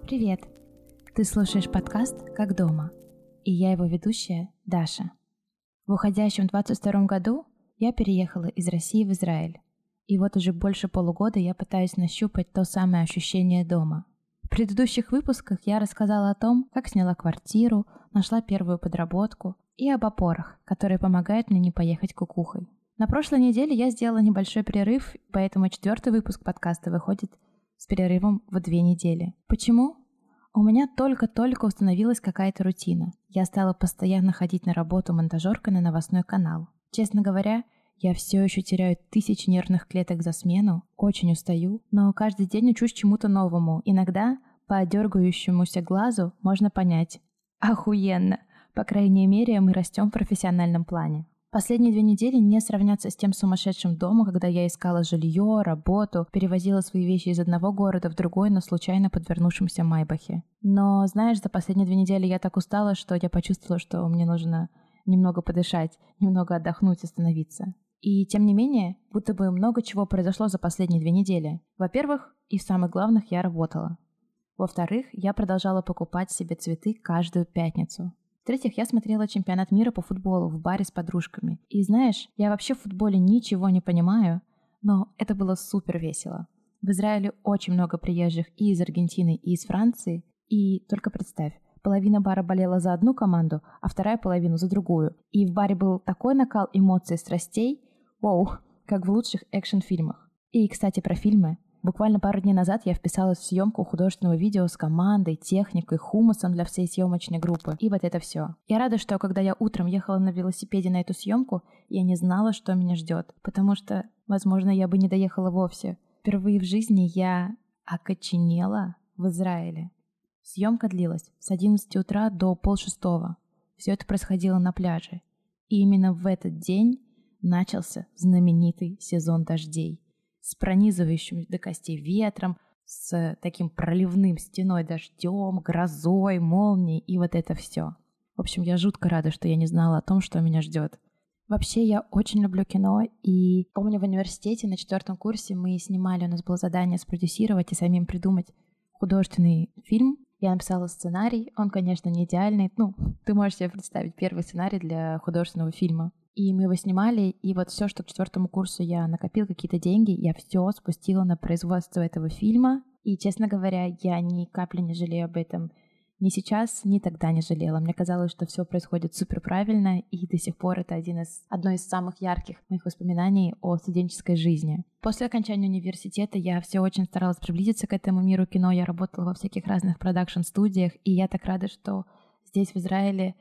Привет! Ты слушаешь подкаст «Как дома», и я его ведущая Даша. В уходящем 22 году я переехала из России в Израиль, и вот уже больше полугода я пытаюсь нащупать то самое ощущение дома. В предыдущих выпусках я рассказала о том, как сняла квартиру, нашла первую подработку и об опорах, которые помогают мне не поехать кукухой. На прошлой неделе я сделала небольшой перерыв, поэтому 4-й выпуск подкаста выходит с перерывом в 2 недели. Почему? У меня только-только установилась какая-то рутина. Я стала постоянно ходить на работу монтажеркой на новостной канал. Честно говоря, я все еще теряю 1000 нервных клеток за смену, очень устаю, но каждый день учусь чему-то новому. Иногда по дергающемуся глазу можно понять: охуенно! По крайней мере, мы растем в профессиональном плане. Последние 2 недели не сравнятся с тем сумасшедшим домом, когда я искала жилье, работу, перевозила свои вещи из одного города в другой на случайно подвернувшемся Майбахе. Но, знаешь, за последние 2 недели я так устала, что я почувствовала, что мне нужно немного подышать, немного отдохнуть, остановиться. И тем не менее, будто бы много чего произошло за последние 2 недели. Во-первых, и самых главных, я работала. Во-вторых, я продолжала покупать себе цветы каждую пятницу. В-третьих, я смотрела чемпионат мира по футболу в баре с подружками. И знаешь, я вообще в футболе ничего не понимаю, но это было супер весело. В Израиле очень много приезжих и из Аргентины, и из Франции. И только представь, половина бара болела за одну команду, а вторая половина за другую. И в баре был такой накал эмоций и страстей, вау, как в лучших экшн-фильмах. И, кстати, про фильмы. Буквально пару дней назад я вписалась в съемку художественного видео с командой, техникой, хумусом для всей съемочной группы. И вот это все. Я рада, что когда я утром ехала на велосипеде на эту съемку, я не знала, что меня ждет. Потому что, возможно, я бы не доехала вовсе. Впервые в жизни я окоченела в Израиле. Съемка длилась с 11 утра до 5:30. Все это происходило на пляже. И именно в этот день начался знаменитый сезон дождей. С пронизывающим до костей ветром, с таким проливным стеной дождем, грозой, молнией и вот это все. В общем, я жутко рада, что я не знала о том, что меня ждет. Вообще, я очень люблю кино, и помню, в университете на 4 курсе мы снимали, у нас было задание спродюсировать и самим придумать художественный фильм. Я написала сценарий, он, конечно, не идеальный, ты можешь себе представить первый сценарий для художественного фильма. И мы его снимали, и вот все, что к 4 курсу я накопила какие-то деньги, я все спустила на производство этого фильма. И, честно говоря, я ни капли не жалею об этом. Ни сейчас, ни тогда не жалела. Мне казалось, что все происходит супер правильно, и до сих пор это одно из самых ярких моих воспоминаний о студенческой жизни. После окончания университета я все очень старалась приблизиться к этому миру кино. Я работала во всяких разных продакшн-студиях, и я так рада, что здесь, в Израиле,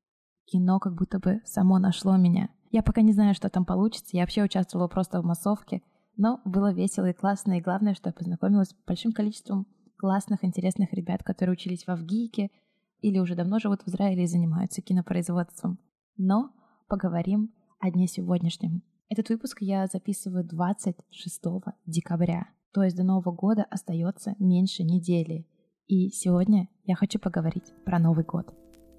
кино как будто бы само нашло меня. Я пока не знаю, что там получится. Я вообще участвовала просто в массовке, но было весело и классно. И главное, что я познакомилась с большим количеством классных, интересных ребят, которые учились в Авгике или уже давно живут в Израиле и занимаются кинопроизводством. Но поговорим о дне сегодняшнем. Этот выпуск я записываю 26 декабря. То есть до Нового года остается меньше недели. И сегодня я хочу поговорить про Новый год.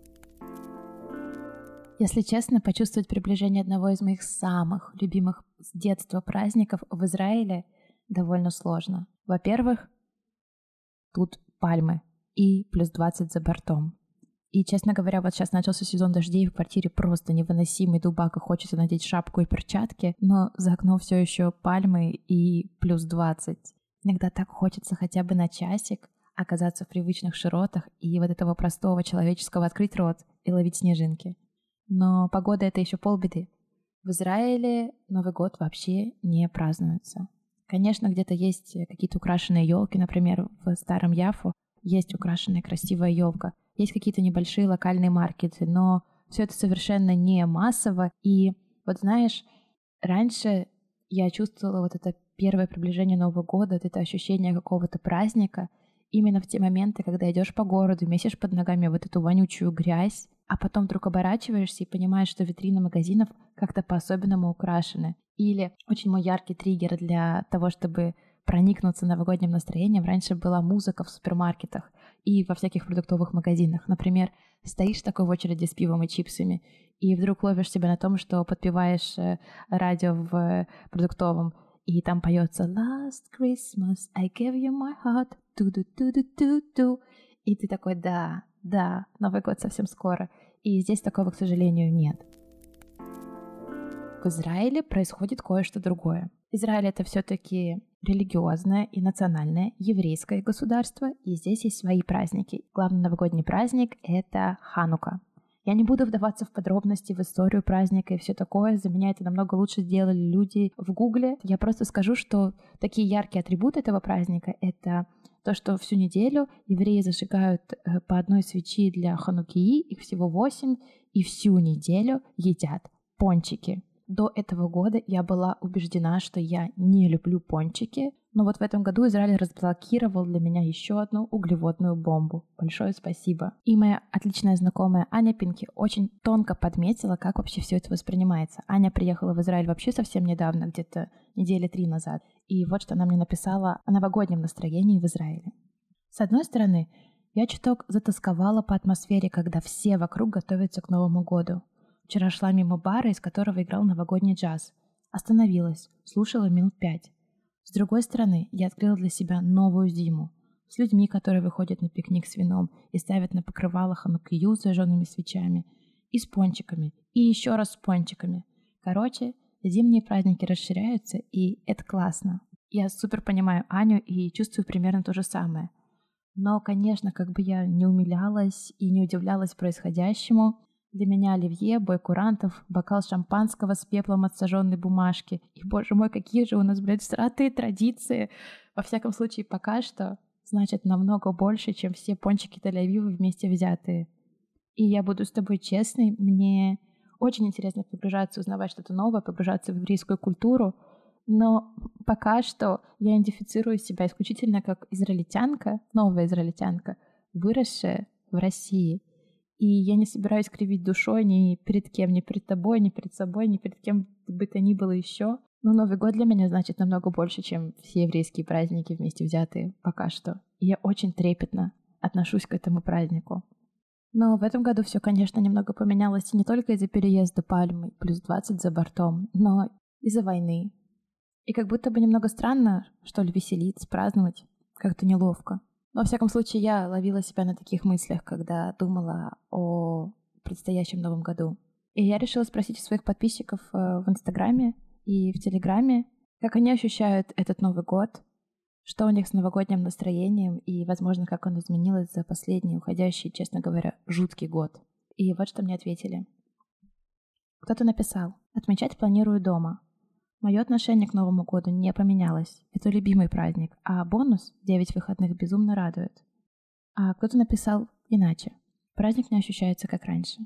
Если честно, почувствовать приближение одного из моих самых любимых с детства праздников в Израиле довольно сложно. Во-первых, тут пальмы и плюс 20 за бортом. И, честно говоря, вот сейчас начался сезон дождей, в квартире просто невыносимый дубак, и хочется надеть шапку и перчатки, но за окном все еще пальмы и плюс 20. Иногда так хочется хотя бы на часик оказаться в привычных широтах и вот этого простого человеческого открыть рот и ловить снежинки. Но погода — это еще полбеды. В Израиле Новый год вообще не празднуется. Конечно, где-то есть какие-то украшенные елки, например, в Старом Яффу есть украшенная красивая елка. Есть какие-то небольшие локальные маркеты, но все это совершенно не массово. И вот знаешь, раньше я чувствовала вот это первое приближение Нового года, вот это ощущение какого-то праздника именно в те моменты, когда идешь по городу, месишь под ногами вот эту вонючую грязь, а потом вдруг оборачиваешься и понимаешь, что витрины магазинов как-то по-особенному украшены. Или очень мой яркий триггер для того, чтобы проникнуться новогодним настроением, раньше была музыка в супермаркетах и во всяких продуктовых магазинах. Например, стоишь такой в очереди с пивом и чипсами, и вдруг ловишь себя на том, что подпеваешь радио в продуктовом, и там поется Last Christmas I gave you my heart, ту-ду-ту-ду-ту-ту. И ты такой, да, Новый год совсем скоро. И здесь такого, к сожалению, нет. В Израиле происходит кое-что другое. Израиль — это все-таки религиозное и национальное еврейское государство, и здесь есть свои праздники. Главный новогодний праздник — это Ханука. Я не буду вдаваться в подробности, в историю праздника и все такое. За меня это намного лучше сделали люди в Гугле. Я просто скажу, что такие яркие атрибуты этого праздника — это то, что всю неделю евреи зажигают по одной свечи для ханукии, их всего 8, и всю неделю едят пончики. До этого года я была убеждена, что я не люблю пончики, но вот в этом году Израиль разблокировал для меня еще одну углеводную бомбу. Большое спасибо. И моя отличная знакомая Аня Пинки очень тонко подметила, как вообще все это воспринимается. Аня приехала в Израиль вообще совсем недавно, где-то недели 3 назад. И вот что она мне написала о новогоднем настроении в Израиле. С одной стороны, я чуток затасковала по атмосфере, когда все вокруг готовятся к Новому году. Вчера шла мимо бара, из которого играл новогодний джаз. Остановилась, слушала минут 5. С другой стороны, я открыла для себя новую зиму. С людьми, которые выходят на пикник с вином и ставят на покрывало ханукию с зажженными свечами. И с пончиками. И еще раз с пончиками. Короче, зимние праздники расширяются, и это классно. Я супер понимаю Аню и чувствую примерно то же самое. Но, конечно, как бы я не умилялась и не удивлялась происходящему, для меня оливье, бой курантов, бокал шампанского с пеплом от сожженной бумажки. И, боже мой, какие же у нас, всратые традиции. Во всяком случае, пока что, значит, намного больше, чем все пончики Тель-Авива вместе взятые. И я буду с тобой честной, мне очень интересно погружаться, узнавать что-то новое, погружаться в еврейскую культуру, но пока что я идентифицирую себя исключительно как израильтянка, новая израильтянка, выросшая в России. И я не собираюсь кривить душой ни перед кем, ни перед тобой, ни перед собой, ни перед кем бы то ни было еще. Но Новый год для меня значит намного больше, чем все еврейские праздники вместе взятые пока что. И я очень трепетно отношусь к этому празднику. Но в этом году все, конечно, немного поменялось и не только из-за переезда Пальмы, плюс 20 за бортом, но из-за войны. И как будто бы немного странно, что ли, веселиться, праздновать. Как-то неловко. Но, во всяком случае, я ловила себя на таких мыслях, когда думала о предстоящем Новом году. И я решила спросить у своих подписчиков в Инстаграме и в Телеграме, как они ощущают этот Новый год, что у них с новогодним настроением и, возможно, как он изменился за последний, уходящий, честно говоря, жуткий год. И вот что мне ответили. Кто-то написал: «Отмечать планирую дома. Мое отношение к Новому году не поменялось. Это любимый праздник, а бонус 9 выходных безумно радует». А кто-то написал иначе. Праздник не ощущается, как раньше.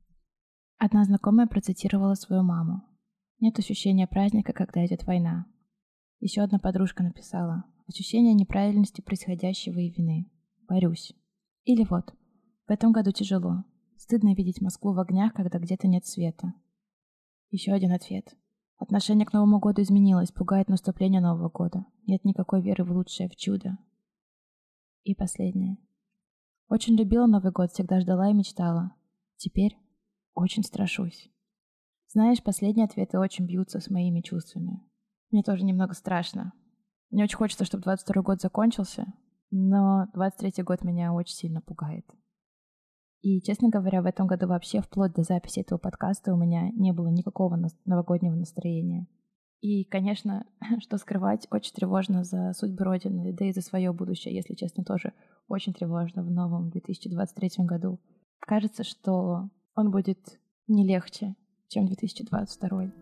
Одна знакомая процитировала свою маму. Нет ощущения праздника, когда идет война. Еще одна подружка написала: ощущение неправильности происходящего и вины. Борюсь. Или вот: в этом году тяжело. Стыдно видеть Москву в огнях, когда где-то нет света. Еще один ответ. Отношение к Новому году изменилось, пугает наступление Нового года. Нет никакой веры в лучшее, в чудо. И последнее. Очень любила Новый год, всегда ждала и мечтала. Теперь очень страшусь. Знаешь, последние ответы очень бьются с моими чувствами. Мне тоже немного страшно. Мне очень хочется, чтобы 22-й год закончился, но 23-й год меня очень сильно пугает. И, честно говоря, в этом году вообще вплоть до записи этого подкаста у меня не было никакого новогоднего настроения. И, конечно, что скрывать, очень тревожно за судьбу Родины, да и за свое будущее, если честно, тоже очень тревожно в новом 2023 году. Кажется, что он будет не легче, чем 2022.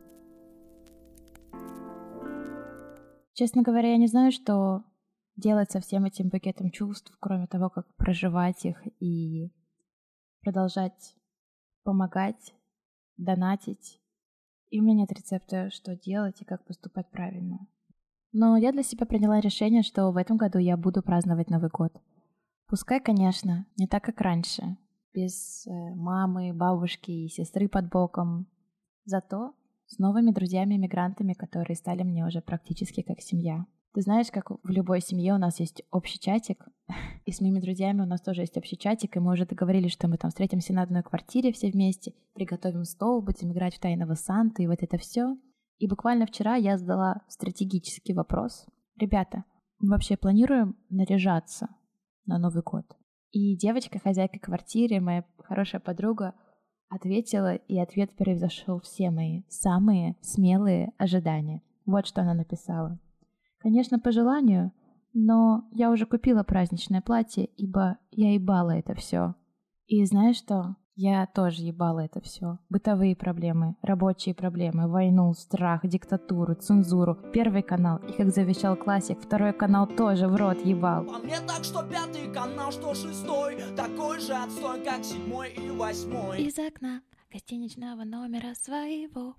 Честно говоря, я не знаю, что делать со всем этим букетом чувств, кроме того, как проживать их и продолжать помогать, донатить. И у меня нет рецепта, что делать и как поступать правильно. Но я для себя приняла решение, что в этом году я буду праздновать Новый год. Пускай, конечно, не так, как раньше, без мамы, бабушки и сестры под боком. Зато с новыми друзьями-мигрантами, которые стали мне уже практически как семья. Ты знаешь, как в любой семье у нас есть общий чатик, и с моими друзьями у нас тоже есть общий чатик, и мы уже договорились, что мы там встретимся на одной квартире все вместе, приготовим стол, будем играть в Тайного Санту, и вот это все. И буквально вчера я задала стратегический вопрос. Ребята, мы вообще планируем наряжаться на Новый год? И девочка, хозяйка квартиры, моя хорошая подруга, ответила, и ответ превзошел все мои самые смелые ожидания. Вот что она написала. Конечно, по желанию, но я уже купила праздничное платье, ибо я ебала это все. И знаешь что? Я тоже ебала это все. Бытовые проблемы, рабочие проблемы, войну, страх, диктатуру, цензуру. Первый канал, и как завещал классик, второй канал тоже в рот ебал. По мне так, что пятый канал, что шестой, такой же отстой, как седьмой и восьмой. Из окна гостиничного номера своего.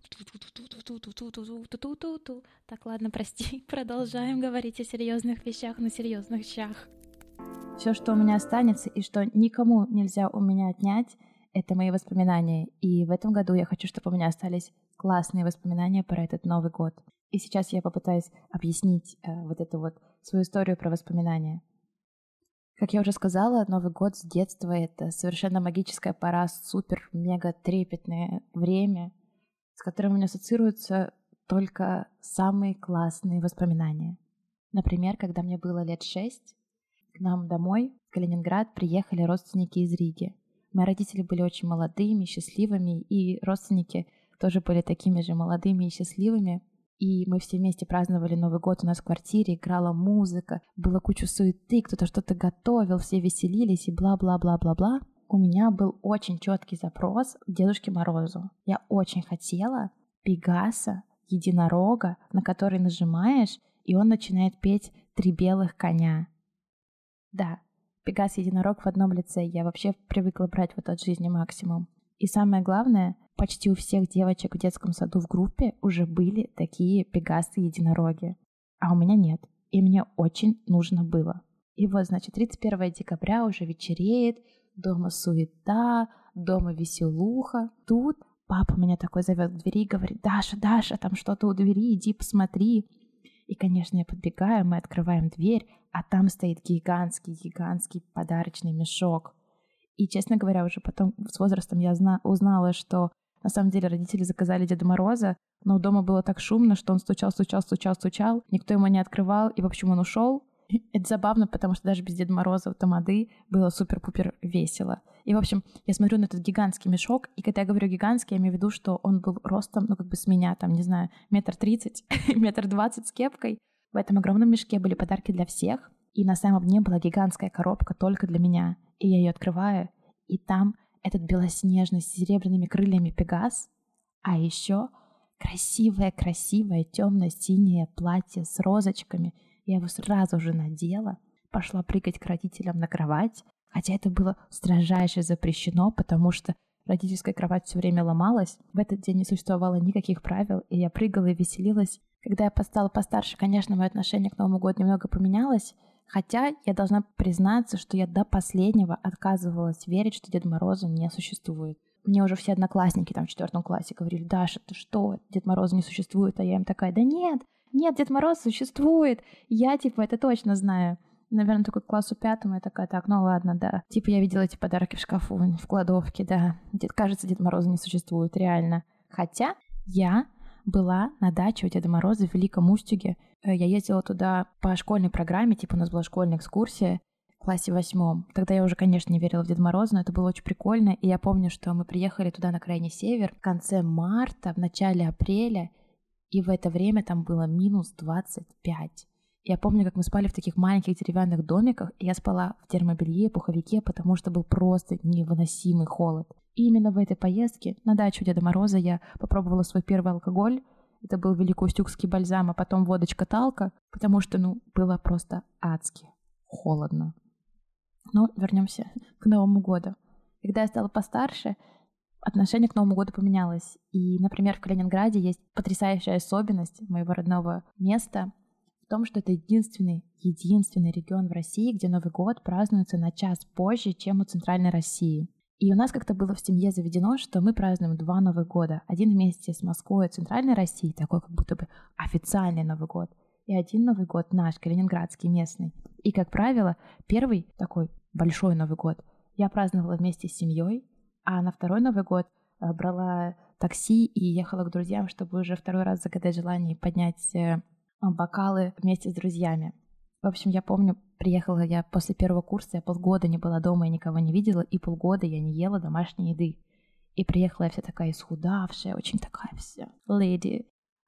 Так, ладно, прости. Продолжаем говорить о серьезных вещах на серьезных щах. Все, что у меня останется и что никому нельзя у меня отнять, это мои воспоминания. И в этом году я хочу, чтобы у меня остались классные воспоминания про этот Новый год. И сейчас я попытаюсь объяснить вот эту вот свою историю про воспоминания. Как я уже сказала, Новый год с детства — это совершенно магическая пора, супер-мега-трепетное время, с которым у меня ассоциируются только самые классные воспоминания. Например, когда мне было лет 6, к нам домой, в Калининград, приехали родственники из Риги. Мои родители были очень молодыми, счастливыми, и родственники тоже были такими же молодыми и счастливыми. И мы все вместе праздновали Новый год у нас в квартире, играла музыка, было куча суеты, кто-то что-то готовил, все веселились и бла-бла-бла-бла-бла. У меня был очень четкий запрос к Дедушке Морозу. Я очень хотела Пегаса, единорога, на который нажимаешь, и он начинает петь «Три белых коня». Да, Пегас единорог в одном лице. Я вообще привыкла брать вот от жизни максимум. И самое главное, почти у всех девочек в детском саду в группе уже были такие Пегасы-единороги. А у меня нет. И мне очень нужно было. И вот, значит, 31 декабря уже вечереет, дома суета, дома веселуха. Тут папа меня такой зовет к двери и говорит: «Даша, Даша, там что-то у двери, иди посмотри». И, конечно, я подбегаю, мы открываем дверь, а там стоит гигантский подарочный мешок. И, честно говоря, уже потом с возрастом я узнала, что на самом деле родители заказали Деда Мороза, но дома было так шумно, что он стучал, никто ему не открывал, и, в общем, он ушел. Это забавно, потому что даже без Деда Мороза в Тамады было супер-пупер весело. И, в общем, я смотрю на этот гигантский мешок, и когда я говорю гигантский, я имею в виду, что он был ростом, как бы с меня, там, не знаю, 1,30 м, 1,20 м с кепкой. В этом огромном мешке были подарки для всех, и на самом дне была гигантская коробка только для меня. И я ее открываю, и там этот белоснежный с серебряными крыльями Пегас, а еще красивое темно-синее платье с розочками. Я его сразу же надела, пошла прыгать к родителям на кровать, хотя это было строжайше запрещено, потому что родительская кровать все время ломалась. В этот день не существовало никаких правил, и я прыгала и веселилась. Когда я стала постарше, конечно, мое отношение к Новому году немного поменялось, хотя я должна признаться, что я до последнего отказывалась верить, что Деда Мороза не существует. Мне уже все одноклассники там в 4 классе говорили: «Даша, ты что, Дед Мороз не существует?» А я им такая: «Да нет, Дед Мороз существует, я это точно знаю». Наверное, только к классу 5 я такая: так, ну ладно, да. Я видела эти подарки в шкафу, в кладовке, да. Кажется, Дед Мороза не существует, реально. Хотя я была на даче у Деда Мороза в Великом Устюге. Я ездила туда по школьной программе, у нас была школьная экскурсия в классе 8. Тогда я уже, конечно, не верила в Деда Мороза, но это было очень прикольно. И я помню, что мы приехали туда на крайний север в конце марта, в начале апреля, и в это время там было минус 25. Я помню, как мы спали в таких маленьких деревянных домиках, и я спала в термобелье и пуховике, потому что был просто невыносимый холод. И именно в этой поездке на дачу Деда Мороза я попробовала свой первый алкоголь. Это был великоустюгский бальзам, а потом водочка-талка, потому что, было просто адски холодно. Но вернемся к Новому году. Когда я стала постарше, отношение к Новому году поменялось. И, например, в Калининграде есть потрясающая особенность моего родного места в том, что это единственный регион в России, где Новый год празднуется на час позже, чем у Центральной России. И у нас как-то было в семье заведено, что мы празднуем 2 Новых года. Один вместе с Москвой и Центральной Россией, такой как будто бы официальный Новый год. И один Новый год наш, калининградский, местный. И, как правило, первый такой большой Новый год я праздновала вместе с семьей, а на второй Новый год брала такси и ехала к друзьям, чтобы уже второй раз загадать желание и поднять бокалы вместе с друзьями. В общем, я помню, приехала я после первого курса, я полгода не была дома и никого не видела, и полгода я не ела домашней еды. И приехала я вся такая исхудавшая, очень такая вся леди,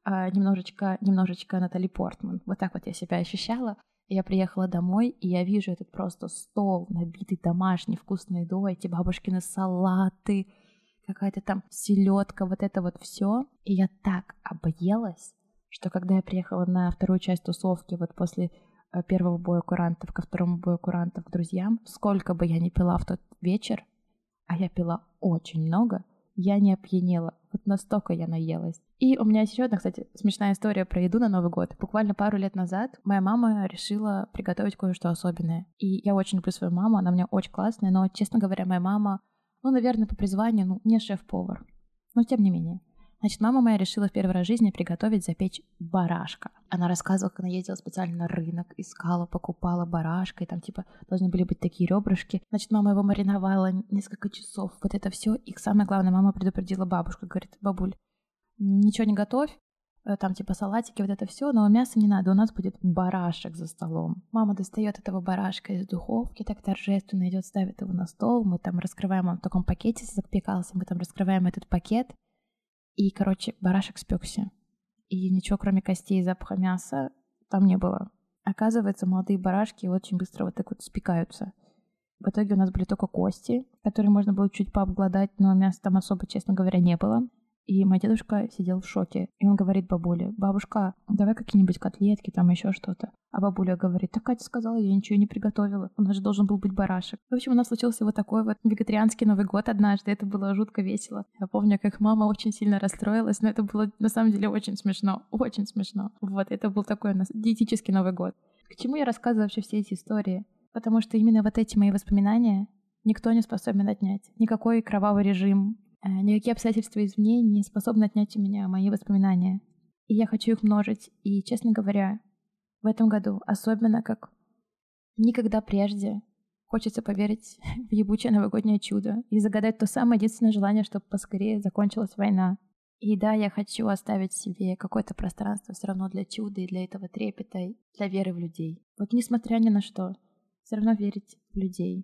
немножечко Натали Портман. Вот так вот я себя ощущала. И я приехала домой, и я вижу этот просто стол, набитый домашней вкусной едой, эти бабушкины салаты, какая-то там селедка, вот это вот все. И я так объелась, что когда я приехала на вторую часть тусовки, вот после первого боя курантов ко второму бою курантов к друзьям, сколько бы я ни пила в тот вечер, а я пила очень много, я не опьянела. Вот настолько я наелась. И у меня есть еще одна, кстати, смешная история про еду на Новый год. Буквально пару лет назад моя мама решила приготовить кое-что особенное. И я очень люблю свою маму, она у меня очень классная, но, честно говоря, моя мама, наверное, по призванию, не шеф-повар. Но тем не менее. Значит, мама моя решила в первый раз в жизни приготовить, запечь барашка. Она рассказывала, как она ездила специально на рынок, искала, покупала барашка, и там типа должны были быть такие ребрышки. Значит, мама его мариновала несколько часов, вот это все. И самое главное, мама предупредила бабушку, говорит: бабуль, ничего не готовь, там типа салатики, вот это все, но мяса не надо, у нас будет барашек за столом. Мама достает этого барашка из духовки, так торжественно идет, ставит его на стол, мы там раскрываем, он в таком пакете запекался, мы там раскрываем этот пакет, и, короче, барашек спекся. И ничего, кроме костей и запаха мяса, там не было. Оказывается, молодые барашки очень быстро вот так вот спекаются. В итоге у нас были только кости, которые можно было чуть пообглодать, но мяса там особо, честно говоря, не было. И мой дедушка сидел в шоке. И он говорит бабуле: бабушка, давай какие-нибудь котлетки, там еще что-то. А бабуля говорит: так Катя сказала, я ничего не приготовила. У нас же должен был быть барашек. В общем, у нас случился вот такой вот вегетарианский Новый год однажды. Это было жутко весело. Я помню, как мама очень сильно расстроилась, но это было на самом деле очень смешно. Очень смешно. Вот, это был такой диетический Новый год. К чему я рассказываю вообще все эти истории? Потому что именно вот эти мои воспоминания никто не способен отнять. Никакой кровавый режим, никакие обстоятельства извне не способны отнять у меня мои воспоминания. И я хочу их множить. И, честно говоря, в этом году, особенно как никогда прежде, хочется поверить в ебучее новогоднее чудо и загадать то самое единственное желание, чтобы поскорее закончилась война. И да, я хочу оставить себе какое-то пространство все равно для чуда и для этого трепета, и для веры в людей. Вот несмотря ни на что, все равно верить в людей.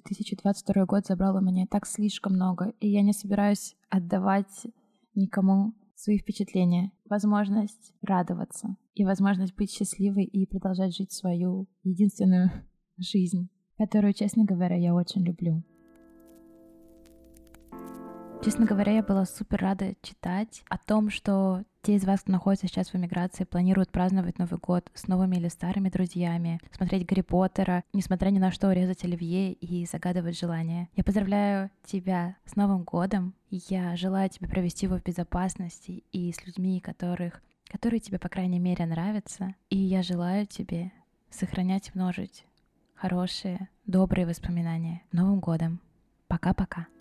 2022 год забрал у меня так слишком много, и я не собираюсь отдавать никому свои впечатления, возможность радоваться и возможность быть счастливой и продолжать жить свою единственную жизнь, которую, честно говоря, я очень люблю. Честно говоря, я была супер рада читать о том, что те из вас, кто находится сейчас в эмиграции, планируют праздновать Новый год с новыми или старыми друзьями, смотреть Гарри Поттера, несмотря ни на что, резать оливье и загадывать желания. Я поздравляю тебя с Новым годом. Я желаю тебе провести его в безопасности и с людьми, которые тебе, по крайней мере, нравятся. И я желаю тебе сохранять и множить хорошие, добрые воспоминания. Новым годом! Пока-пока!